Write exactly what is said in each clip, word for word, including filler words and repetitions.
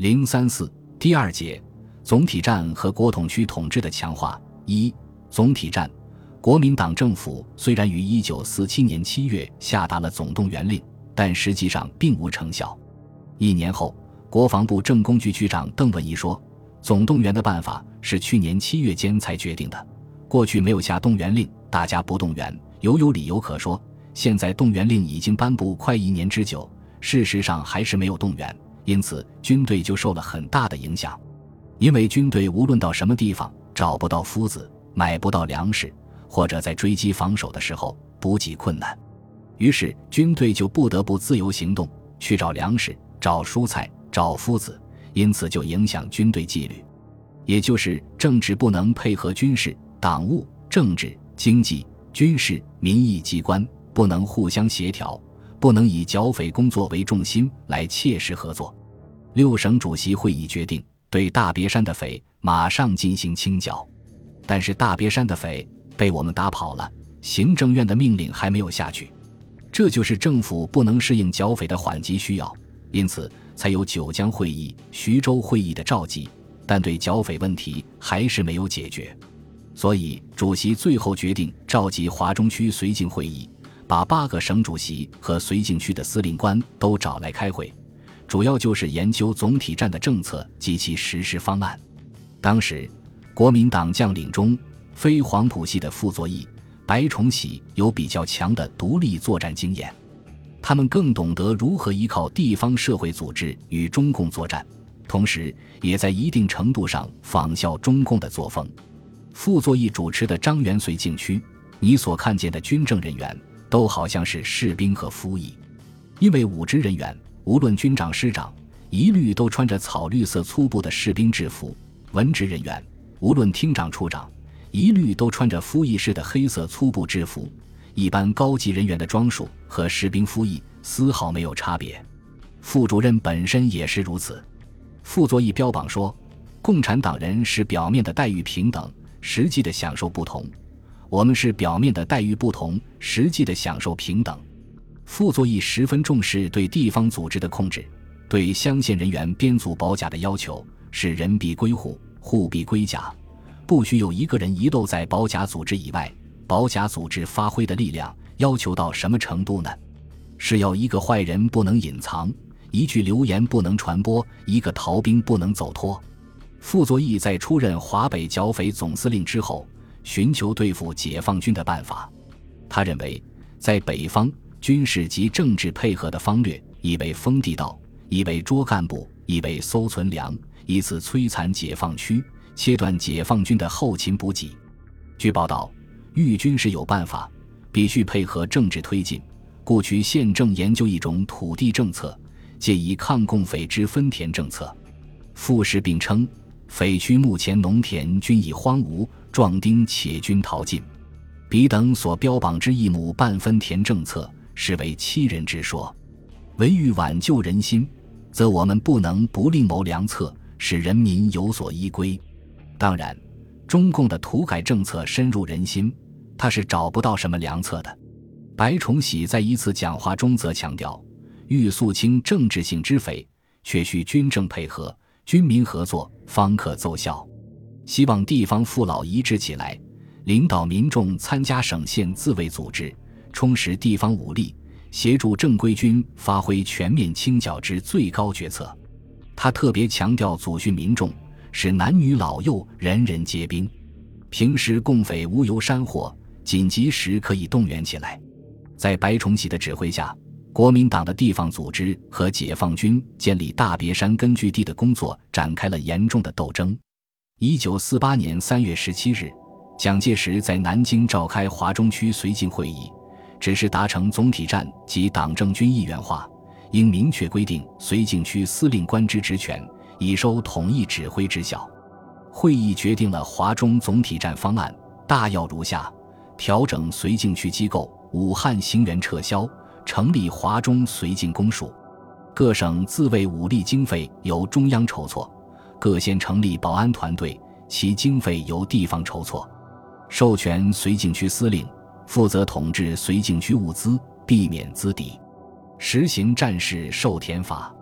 零三四第二节，总体战和国统区统治的强化。一、总体战。国民党政府虽然于一九四七年七月下达了总动员令，但实际上并无成效。一年后，国防部政工局局长邓文仪说，总动员的办法是去年七月间才决定的，过去没有下动员令，大家不动员，犹有理由可说。现在动员令已经颁布快一年之久，事实上还是没有动员，因此军队就受了很大的影响。因为军队无论到什么地方找不到夫子，买不到粮食，或者在追击防守的时候补给困难，于是军队就不得不自由行动，去找粮食，找蔬菜，找夫子，因此就影响军队纪律，也就是政治不能配合军事，党务、政治、经济、军事、民意机关不能互相协调，不能以剿匪工作为重心来切实合作。六省主席会议决定对大别山的匪马上进行清剿，但是大别山的匪被我们打跑了，行政院的命令还没有下去，这就是政府不能适应剿匪的缓急需要，因此才有九江会议、徐州会议的召集，但对剿匪问题还是没有解决。所以主席最后决定召集华中区绥靖会议，把八个省主席和绥靖区的司令官都找来开会，主要就是研究总体战的政策及其实施方案。当时国民党将领中非黄埔系的傅作义、白崇禧有比较强的独立作战经验，他们更懂得如何依靠地方社会组织与中共作战，同时也在一定程度上仿效中共的作风。傅作义主持的张园绥靖区，你所看见的军政人员都好像是士兵和夫役，因为武职人员无论军长师长一律都穿着草绿色粗布的士兵制服，文职人员无论厅长处长一律都穿着夫役式的黑色粗布制服，一般高级人员的装束和士兵夫役丝毫没有差别。傅主任本身也是如此。傅作义标榜说，共产党人是表面的待遇平等，实际的享受不同，我们是表面的待遇不同，实际的享受平等。傅作义十分重视对地方组织的控制，对乡县人员编组保甲的要求是人必归户，户必归甲，不许有一个人遗漏在保甲组织以外。保甲组织发挥的力量要求到什么程度呢？是要一个坏人不能隐藏，一句流言不能传播，一个逃兵不能走脱。傅作义在出任华北剿匪总司令之后，寻求对付解放军的办法。他认为在北方军事及政治配合的方略，一为封地道，一为捉干部，一为搜存粮，以此摧残解放区，切断解放军的后勤补给。据报道，豫军是有办法，必须配合政治推进，故取县政研究一种土地政策，借以抗共匪之分田政策。傅氏并称，匪区目前农田均已荒芜，壮丁且均逃尽，彼等所标榜之一亩半分田政策，是为欺人之说。唯欲挽救人心，则我们不能不另谋良策，使人民有所依归。当然，中共的土改政策深入人心，他是找不到什么良策的。白崇禧在一次讲话中则强调，欲肃清政治性之匪，却需军政配合，军民合作方可奏效。希望地方父老一致起来，领导民众参加省县自卫组织，充实地方武力，协助正规军发挥全面清剿之最高决策。他特别强调祖训民众，使男女老幼人人皆兵，平时共匪无由山祸，紧急时可以动员起来。在白崇禧的指挥下，国民党的地方组织和解放军建立大别山根据地的工作展开了严重的斗争。一九四八年三月十七日，蒋介石在南京召开华中区绥靖会议，只是达成总体战及党政军一元化，应明确规定绥靖区司令官之职权，以收统一指挥之效。会议决定了华中总体战方案，大要如下：调整绥靖区机构，武汉行辕撤销，成立华中绥靖公署。各省自卫武力经费由中央筹措，各县成立保安团队，其经费由地方筹措。授权绥靖区司令负责统治绥靖区物资，避免资敌。实行战事授田法。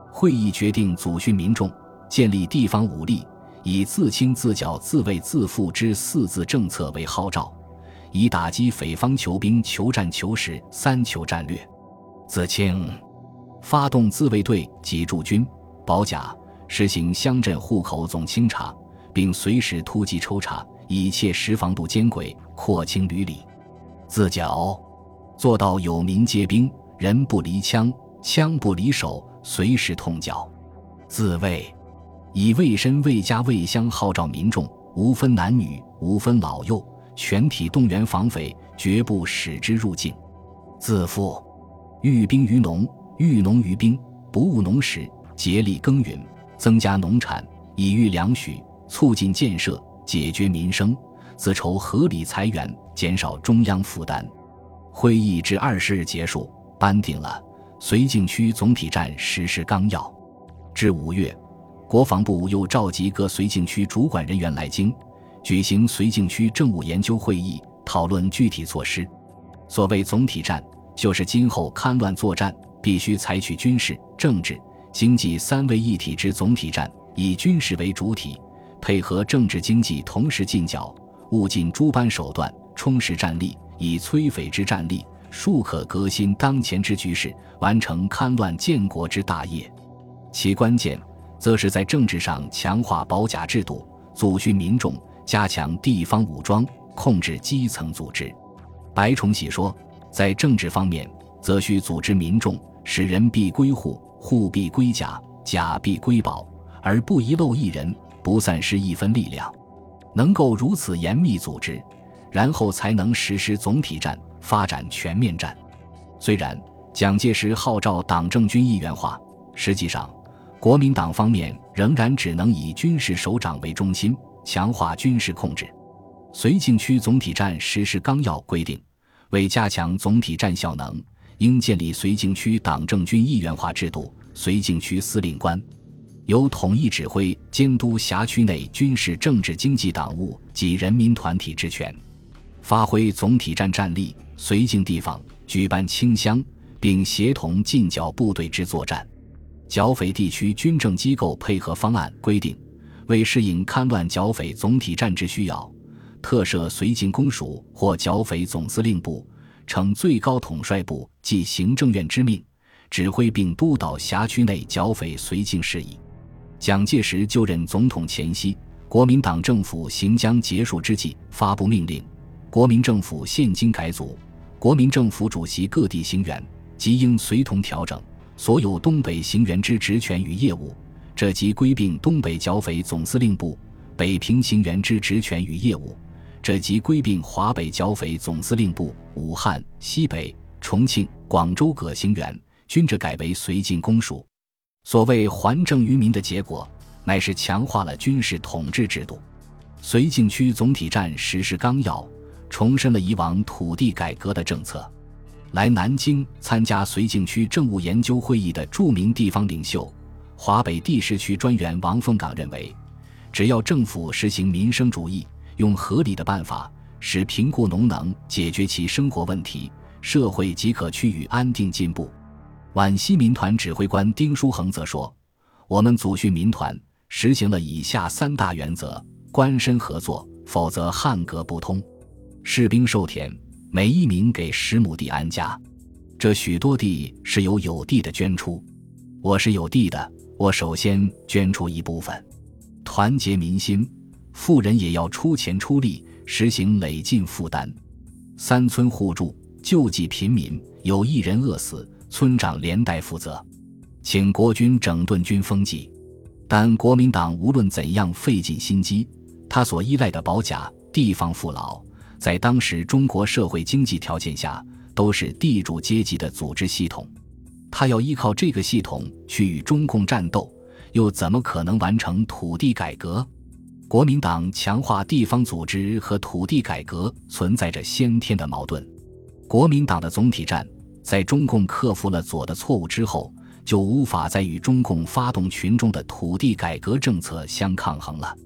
会议决定组训民众，建立地方武力，以自清自剿自卫自负之四字政策为号召，以打击匪方求兵求战求实三求战略。自清发动自卫队及驻军、保甲，实行乡镇户口总清查，并随时突击抽查，以切实防堵奸轨，廓清闾里。自剿做到有民皆兵，人不离枪，枪不离手，随时痛剿。自卫以卫身卫家卫乡号召民众，无分男女，无分老幼，全体动员防匪，绝不使之入境。自负寓兵于农，寓农于兵，不误农时，竭力耕耘，增加农产，以育粮许，促进建设，解决民生，自筹合理财源，减少中央负担。会议至二十日结束，颁定了绥靖区总体战实施纲要。至五月，国防部又召集各绥靖区主管人员来京，举行绥靖区政务研究会议，讨论具体措施。所谓总体战，就是今后戡乱作战必须采取军事、政治、经济三位一体之总体战，以军事为主体，配合政治经济同时进剿，务尽诸般手段，充实战力，以摧匪之战力，庶可革新当前之局势，完成戡乱建国之大业。其关键则是在政治上强化保甲制度，组训民众，加强地方武装，控制基层组织。白崇禧说，在政治方面，则需组织民众，使人必归户，户必归甲，甲必归保，而不遗漏一人，不散失一分力量。能够如此严密组织，然后才能实施总体战，发展全面战。虽然蒋介石号召党政军一元化，实际上国民党方面仍然只能以军事首长为中心，强化军事控制。绥靖区总体战实施纲要规定，为加强总体战效能，应建立绥靖区党政军一元化制度，绥靖区司令官由统一指挥监督辖区内军事政治经济党务及人民团体之权，发挥总体战战力，绥靖地方举办清乡，并协同进剿部队之作战。剿匪地区军政机构配合方案规定，为适应戡乱剿匪总体战之需要，特设绥靖公署或剿匪总司令部，承最高统帅部即行政院之命，指挥并督导辖区内剿匪绥靖事宜。蒋介石就任总统前夕，国民党政府行将结束之际，发布命令，国民政府现今改组，国民政府主席各地行员即应随同调整所有东北行员之职权与业务，这即归并东北剿匪总司令部；北平行员之职权与业务，这即归并华北剿匪总司令部；武汉、西北、重庆、广州各行员均着改为绥靖公署。所谓还政于民的结果，乃是强化了军事统治制度。绥靖区总体战实施纲要重申了以往土地改革的政策。来南京参加绥靖区政务研究会议的著名地方领袖、华北第十区专员王凤岗认为，只要政府实行民生主义，用合理的办法使贫苦农能解决其生活问题，社会即可趋于安定进步。皖西民团指挥官丁书恒则说，我们组训民团实行了以下三大原则：官绅合作，否则汉格不通；士兵授田，每一名给十亩地安家。这许多地是由有地的捐出，我是有地的，我首先捐出一部分。团结民心，富人也要出钱出力，实行累进负担。三村互助，救济贫民，有一人饿死，村长连带负责。请国军整顿军风纪。但国民党无论怎样费尽心机，他所依赖的保甲、地方父老，在当时中国社会经济条件下，都是地主阶级的组织系统。他要依靠这个系统去与中共战斗，又怎么可能完成土地改革？国民党强化地方组织和土地改革存在着先天的矛盾。国民党的总体战在中共克服了左的错误之后，就无法再与中共发动群众的土地改革政策相抗衡了。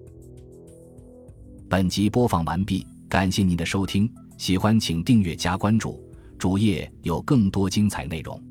本集播放完毕，感谢您的收听，喜欢请订阅加关注，主页有更多精彩内容。